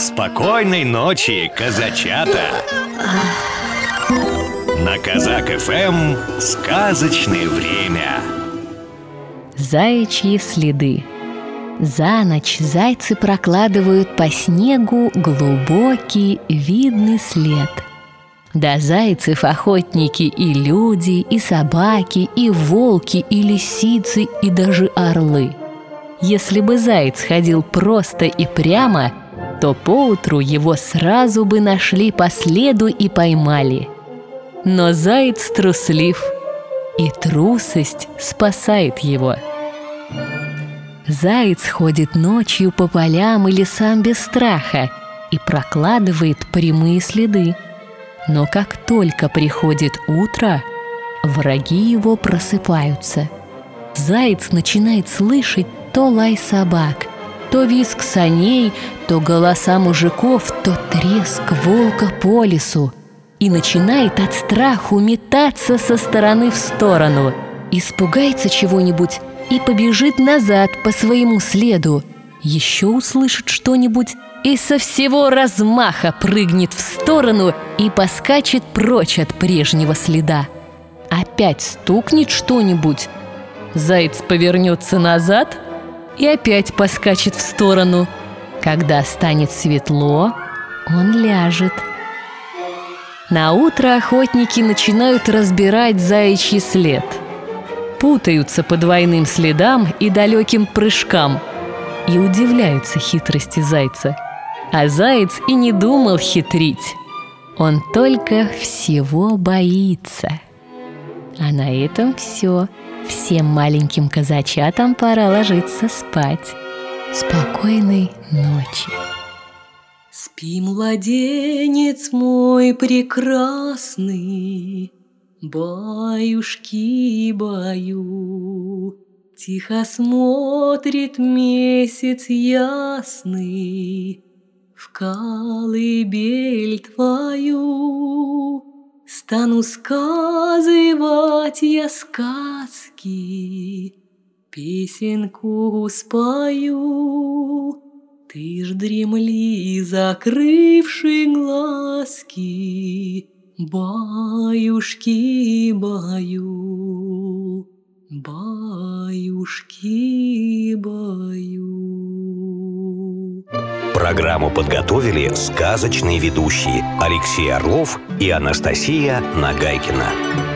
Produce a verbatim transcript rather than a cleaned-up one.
Спокойной ночи, казачата! На Казак эф эм сказочное время. Заячьи следы. За ночь зайцы прокладывают по снегу глубокий видный след. До зайцев охотники и люди, и собаки, и волки, и лисицы, и даже орлы. Если бы заяц ходил просто и прямо, то поутру его сразу бы нашли по следу и поймали. Но заяц труслив, и трусость спасает его. Заяц ходит ночью по полям и лесам без страха и прокладывает прямые следы. Но как только приходит утро, враги его просыпаются. Заяц начинает слышать то лай собак, то визг саней, то голоса мужиков, то треск волка по лесу, и начинает от страху метаться со стороны в сторону. Испугается чего-нибудь и побежит назад по своему следу. Еще услышит что-нибудь и со всего размаха прыгнет в сторону и поскачет прочь от прежнего следа. Опять стукнет что-нибудь, заяц повернется назад и опять поскачет в сторону. Когда станет светло, он ляжет. Наутро охотники начинают разбирать заячий след. Путаются по двойным следам и далеким прыжкам и удивляются хитрости зайца. А заяц и не думал хитрить. Он только всего боится. А на этом все. Всем маленьким казачатам пора ложиться спать. Спокойной ночи. Спи, младенец мой прекрасный, баюшки-баю. Тихо смотрит месяц ясный в колыбель твою. Стану сказывать я сказки, песенку спою. Ты ж дремли, закрывши глазки, баюшки-баю, баюшки-баю. Программу подготовили сказочные ведущие Алексей Орлов и Анастасия Нагайкина.